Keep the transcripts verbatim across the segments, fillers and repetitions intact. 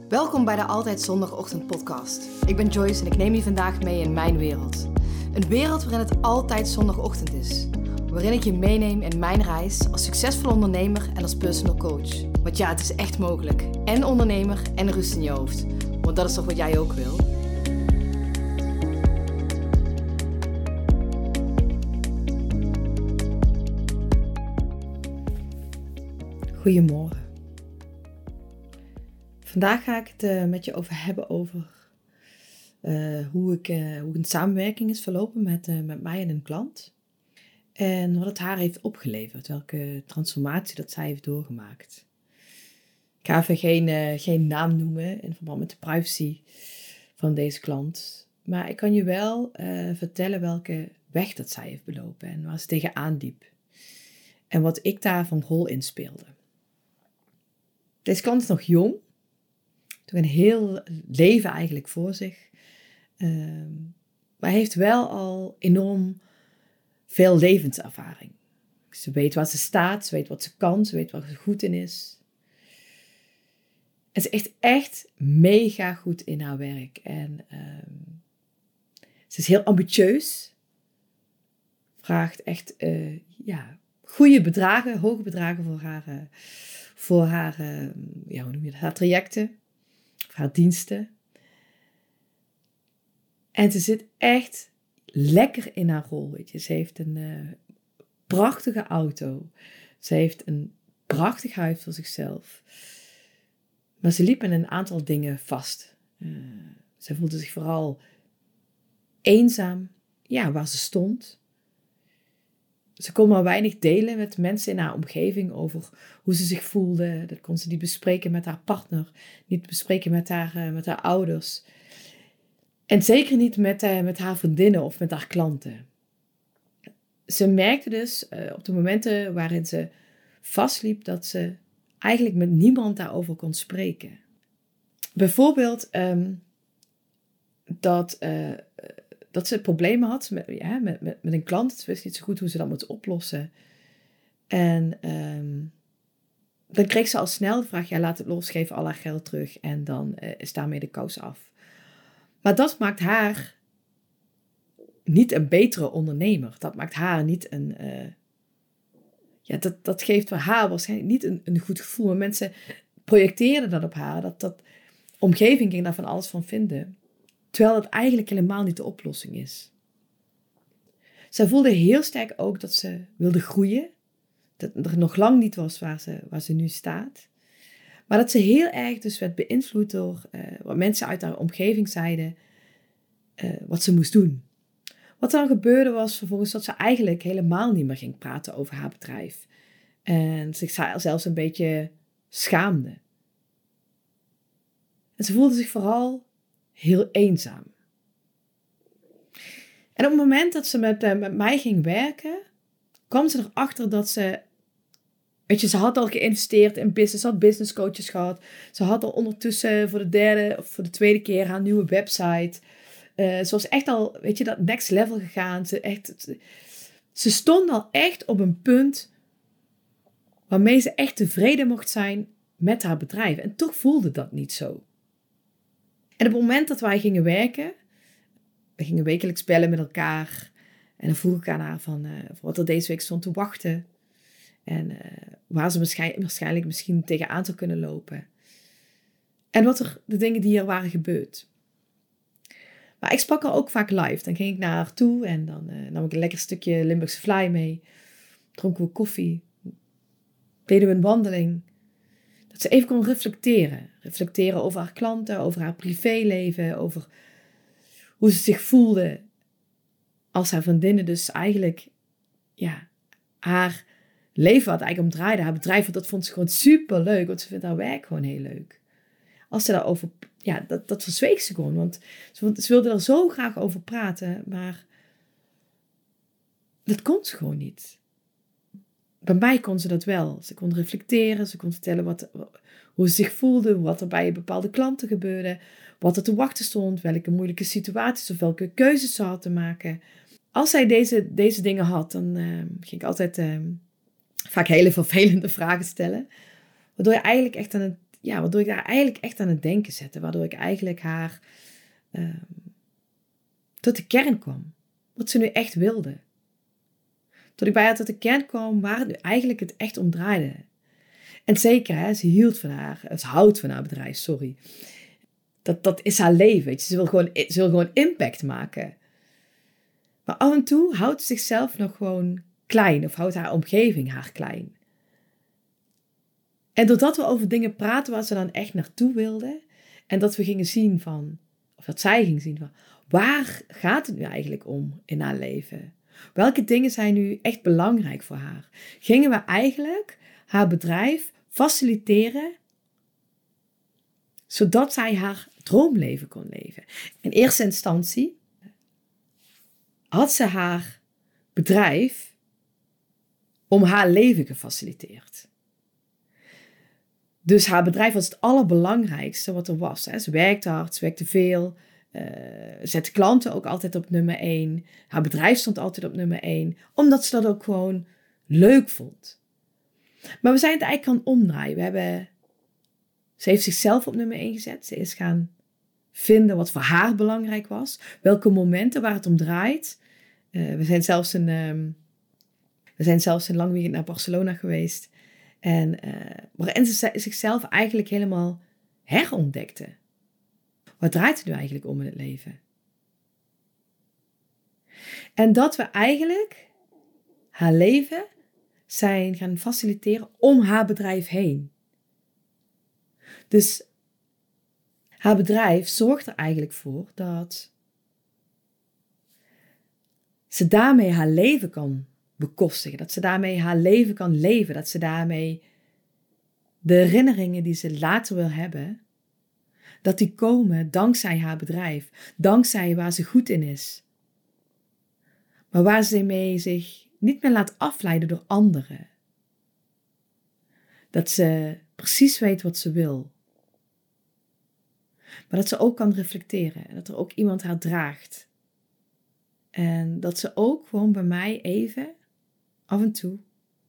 Welkom bij de Altijd Zondagochtend podcast. Ik ben Joyce en ik neem je vandaag mee in mijn wereld. Een wereld waarin het altijd zondagochtend is. Waarin ik je meeneem in mijn reis als succesvol ondernemer en als personal coach. Want ja, het is echt mogelijk. En ondernemer en rust in je hoofd. Want dat is toch wat jij ook wil? Goedemorgen. Vandaag ga ik het uh, met je over hebben over uh, hoe, ik, uh, hoe een samenwerking is verlopen met, uh, met mij en een klant. En wat het haar heeft opgeleverd, welke transformatie dat zij heeft doorgemaakt. Ik ga even geen, uh, geen naam noemen in verband met de privacy van deze klant. Maar ik kan je wel uh, vertellen welke weg dat zij heeft belopen en waar ze tegenaan liep. En wat ik daar van rol in speelde. Deze klant is nog jong. Toch een heel leven eigenlijk voor zich. Um, maar heeft wel al enorm veel levenservaring. Ze weet waar ze staat, ze weet wat ze kan, ze weet waar ze goed in is. En ze is echt, echt mega goed in haar werk. En um, ze is heel ambitieus. Vraagt echt uh, ja, goede bedragen, hoge bedragen voor haar, uh, voor haar, uh, ja, hoe noem je dat, haar trajecten. Haar diensten. En ze zit echt lekker in haar rol. Weet je. Ze heeft een uh, prachtige auto. Ze heeft een prachtig huis voor zichzelf. Maar ze liep in een aantal dingen vast. Uh, ze voelde zich vooral eenzaam. Ja, waar ze stond. Ze kon maar weinig delen met mensen in haar omgeving over hoe ze zich voelde. Dat kon ze niet bespreken met haar partner. Niet bespreken met haar, uh, met haar ouders. En zeker niet met, uh, met haar vriendinnen of met haar klanten. Ze merkte dus uh, op de momenten waarin ze vastliep dat ze eigenlijk met niemand daarover kon spreken. Bijvoorbeeld um, dat... Uh, Dat ze problemen had met, ja, met, met, met een klant. Ze wist niet zo goed hoe ze dat moet oplossen. En um, dan kreeg ze al snel de vraag, ja, laat het los, geef al haar geld terug. En dan uh, is daarmee de kous af. Maar dat maakt haar niet een betere ondernemer. Dat maakt haar niet een... Uh, ja, dat, dat geeft voor haar waarschijnlijk niet een, een goed gevoel. Maar mensen projecteerden dat op haar. Dat, dat omgeving ging daar van alles van vinden. Terwijl het eigenlijk helemaal niet de oplossing is. Zij voelde heel sterk ook dat ze wilde groeien. Dat er nog lang niet was waar ze, waar ze nu staat. Maar dat ze heel erg dus werd beïnvloed door uh, wat mensen uit haar omgeving zeiden. Uh, wat ze moest doen. Wat er dan gebeurde was vervolgens dat ze eigenlijk helemaal niet meer ging praten over haar bedrijf. En zich zelfs een beetje schaamde. En ze voelde zich vooral heel eenzaam. En op het moment dat ze met, uh, met mij ging werken, kwam ze erachter dat ze, weet je, ze had al geïnvesteerd in business, ze had business coaches gehad. Ze had al ondertussen voor de derde of voor de tweede keer haar nieuwe website. Uh, ze was echt al, weet je, dat next level gegaan. Ze, echt, ze stond al echt op een punt waarmee ze echt tevreden mocht zijn met haar bedrijf. En toch voelde dat niet zo. En op het moment dat wij gingen werken, we gingen wekelijks bellen met elkaar. En dan vroeg ik aan haar van uh, wat er deze week stond te wachten. En uh, waar ze waarschijnlijk, waarschijnlijk misschien tegenaan zou kunnen lopen. En wat er, de dingen die er waren gebeurd. Maar ik sprak haar ook vaak live. Dan ging ik naar haar toe en dan uh, nam ik een lekker stukje Limburgse Fly mee. Dronken we koffie. Deden we een wandeling. Dat ze even kon reflecteren. Reflecteren over haar klanten, over haar privéleven, over hoe ze zich voelde als haar vriendinnen dus eigenlijk, ja, haar leven wat eigenlijk om draaide. Haar bedrijf, dat vond ze gewoon super leuk, want ze vindt haar werk gewoon heel leuk. Als ze daarover, ja, dat, dat verzweeg ze gewoon, want ze, ze wilde er zo graag over praten, maar dat kon ze gewoon niet. Bij mij kon ze dat wel. Ze kon reflecteren, ze kon vertellen wat, hoe ze zich voelde, wat er bij bepaalde klanten gebeurde, wat er te wachten stond, welke moeilijke situaties of welke keuzes ze had te maken. Als zij deze, deze dingen had, dan uh, ging ik altijd uh, vaak hele vervelende vragen stellen. Waardoor je eigenlijk echt aan het, ja, waardoor ik haar eigenlijk echt aan het denken zette. Waardoor ik eigenlijk haar uh, tot de kern kwam. Wat ze nu echt wilde. Tot ik bij haar tot de kern kwam waar het nu eigenlijk het echt om draaide. En zeker, hè, ze hield van haar, ze houdt van haar bedrijf, sorry. Dat, dat is haar leven, weet je. Ze wil, gewoon, ze wil gewoon impact maken. Maar af en toe houdt ze zichzelf nog gewoon klein. Of houdt haar omgeving haar klein. En doordat we over dingen praten waar ze dan echt naartoe wilde. En dat we gingen zien van, of dat zij ging zien van, waar gaat het nu eigenlijk om in haar leven? Welke dingen zijn nu echt belangrijk voor haar? Gingen we eigenlijk haar bedrijf faciliteren, zodat zij haar droomleven kon leven. In eerste instantie had ze haar bedrijf om haar leven gefaciliteerd. Dus haar bedrijf was het allerbelangrijkste wat er was. Ze werkte hard, ze werkte veel. Uh, zette klanten ook altijd op nummer één. Haar bedrijf stond altijd op nummer één. Omdat ze dat ook gewoon leuk vond. Maar we zijn het eigenlijk gaan omdraaien. We hebben, ze heeft zichzelf op nummer één gezet. Ze is gaan vinden wat voor haar belangrijk was. Welke momenten waar het om draait. Uh, we zijn zelfs een, um, we zijn zelfs een lang weekend naar Barcelona geweest. En uh, waarin ze zichzelf eigenlijk helemaal herontdekte. Wat draait het nu eigenlijk om in het leven? En dat we eigenlijk haar leven zijn gaan faciliteren om haar bedrijf heen. Dus haar bedrijf zorgt er eigenlijk voor dat ze daarmee haar leven kan bekostigen. Dat ze daarmee haar leven kan leven. Dat ze daarmee de herinneringen die ze later wil hebben, dat die komen dankzij haar bedrijf. Dankzij waar ze goed in is. Maar waar ze mee zich niet meer laat afleiden door anderen. Dat ze precies weet wat ze wil. Maar dat ze ook kan reflecteren. En dat er ook iemand haar draagt. En dat ze ook gewoon bij mij even, af en toe,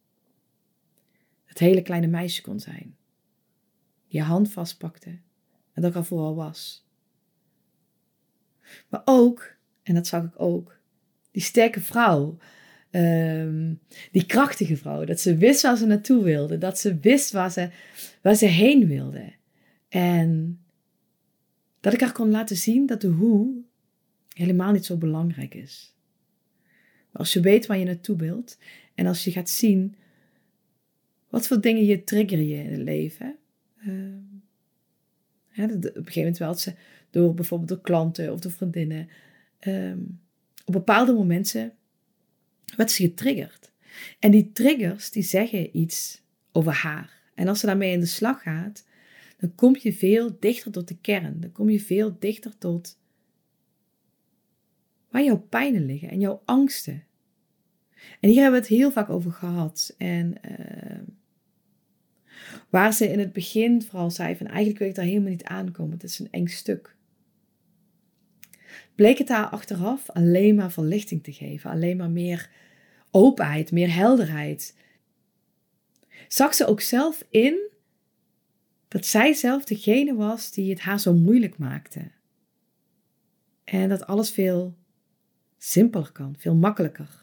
het hele kleine meisje kon zijn. Die haar hand vastpakte. En dat ik al vooral was. Maar ook, en dat zag ik ook, die sterke vrouw. Um, die krachtige vrouw. Dat ze wist waar ze naartoe wilde. Dat ze wist waar ze, waar ze heen wilde. En dat ik haar kon laten zien dat de hoe helemaal niet zo belangrijk is. Maar als je weet waar je naartoe wilt. En als je gaat zien wat voor dingen je triggeren je in het leven. Uh, ja, op een gegeven moment wel ze door bijvoorbeeld door klanten of door vriendinnen. Um, op bepaalde momenten werd ze getriggerd. En die triggers die zeggen iets over haar. En als ze daarmee in de slag gaat, dan kom je veel dichter tot de kern. Dan kom je veel dichter tot waar jouw pijnen liggen en jouw angsten. En hier hebben we het heel vaak over gehad. En uh, waar ze in het begin vooral zei van eigenlijk wil ik daar helemaal niet aankomen. Het is een eng stuk. Bleek het haar achteraf alleen maar verlichting te geven. Alleen maar meer openheid, meer helderheid. Zag ze ook zelf in dat zij zelf degene was die het haar zo moeilijk maakte. En dat alles veel simpeler kan, veel makkelijker.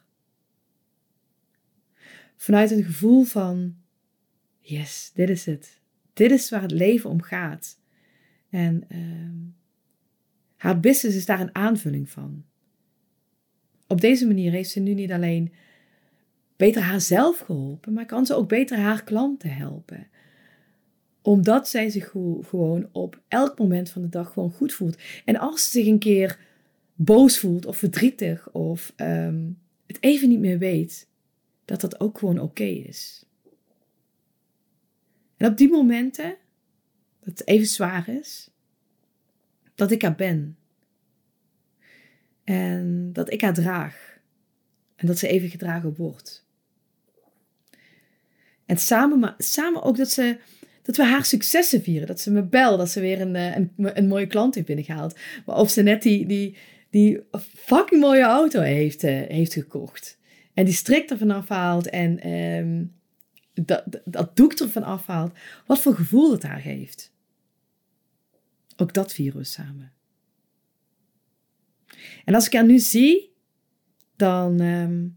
Vanuit een gevoel van, yes, dit is het. Dit is waar het leven om gaat. En uh, haar business is daar een aanvulling van. Op deze manier heeft ze nu niet alleen beter haarzelf geholpen, maar kan ze ook beter haar klanten helpen. Omdat zij zich gewoon op elk moment van de dag gewoon goed voelt. En als ze zich een keer boos voelt of verdrietig of um, het even niet meer weet, dat dat ook gewoon oké okay is. En op die momenten, dat het even zwaar is, dat ik haar ben. En dat ik haar draag. En dat ze even gedragen wordt. En samen, maar, samen ook dat, ze, dat we haar successen vieren. Dat ze me belt, dat ze weer een, een, een mooie klant heeft binnengehaald. Maar of ze net die, die, die fucking mooie auto heeft, uh, heeft gekocht. En die strik er vanaf haalt. En um, dat, dat doek ervan afhaalt, wat voor gevoel het haar geeft. Ook dat vieren we samen. En als ik haar nu zie, dan, um,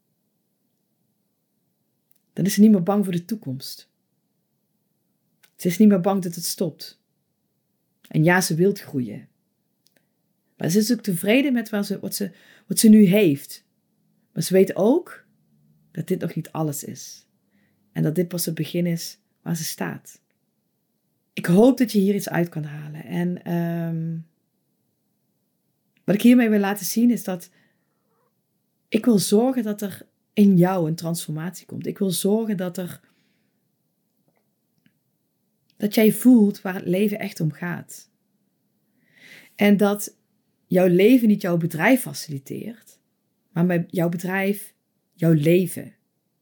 dan is ze niet meer bang voor de toekomst. Ze is niet meer bang dat het stopt. En ja, ze wil groeien. Maar ze is ook tevreden met wat ze, wat ze, wat ze nu heeft. Maar ze weet ook dat dit nog niet alles is. En dat dit pas het begin is waar ze staat. Ik hoop dat je hier iets uit kan halen. En um, wat ik hiermee wil laten zien is dat ik wil zorgen dat er in jou een transformatie komt. Ik wil zorgen dat er dat jij voelt waar het leven echt om gaat. En dat jouw leven niet jouw bedrijf faciliteert, maar bij jouw bedrijf jouw leven.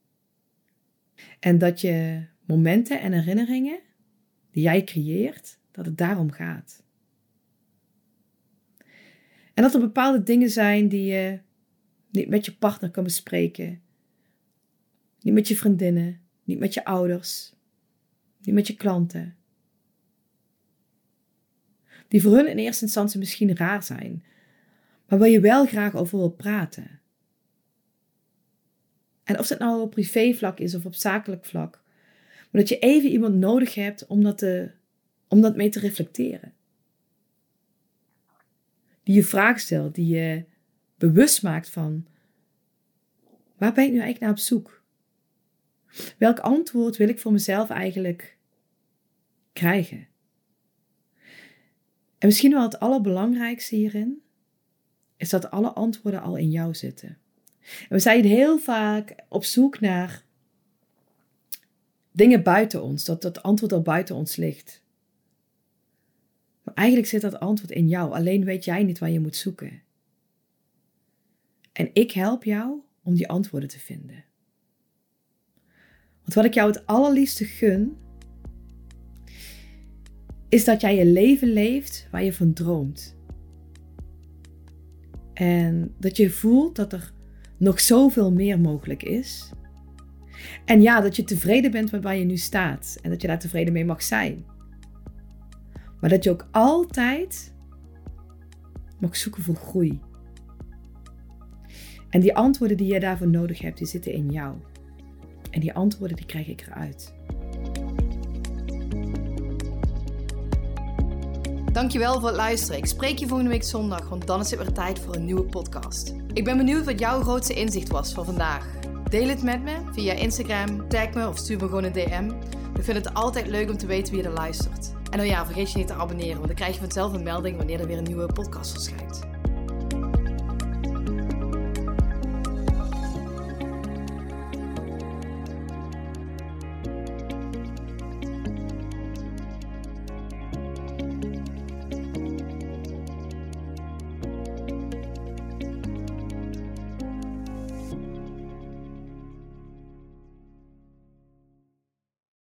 En dat je momenten en herinneringen die jij creëert, dat het daarom gaat. En dat er bepaalde dingen zijn die je niet met je partner kan bespreken. Niet met je vriendinnen, niet met je ouders, niet met je klanten. Die voor hun in eerste instantie misschien raar zijn, maar waar je wel graag over wil praten. En of dat nou op privévlak is of op zakelijk vlak. Maar dat je even iemand nodig hebt om dat, te, om dat mee te reflecteren. Die je vraag stelt, die je bewust maakt van, waar ben ik nu eigenlijk naar op zoek? Welk antwoord wil ik voor mezelf eigenlijk krijgen? En misschien wel het allerbelangrijkste hierin, is dat alle antwoorden al in jou zitten. En we zijn heel vaak op zoek naar dingen buiten ons, dat dat antwoord al buiten ons ligt. Maar eigenlijk zit dat antwoord in jou, alleen weet jij niet waar je moet zoeken. En ik help jou om die antwoorden te vinden. Want wat ik jou het allerliefste gun, is dat jij je leven leeft waar je van droomt. En dat je voelt dat er nog zoveel meer mogelijk is. En ja, dat je tevreden bent met waar je nu staat. En dat je daar tevreden mee mag zijn. Maar dat je ook altijd mag zoeken voor groei. En die antwoorden die je daarvoor nodig hebt, die zitten in jou. En die antwoorden die krijg ik eruit. Dankjewel voor het luisteren. Ik spreek je volgende week zondag, want dan is het weer tijd voor een nieuwe podcast. Ik ben benieuwd wat jouw grootste inzicht was van vandaag. Deel het met me via Instagram, tag me of stuur me gewoon een D M. Ik vind het altijd leuk om te weten wie er luistert. En dan ja, vergeet je niet te abonneren, want dan krijg je vanzelf een melding wanneer er weer een nieuwe podcast verschijnt.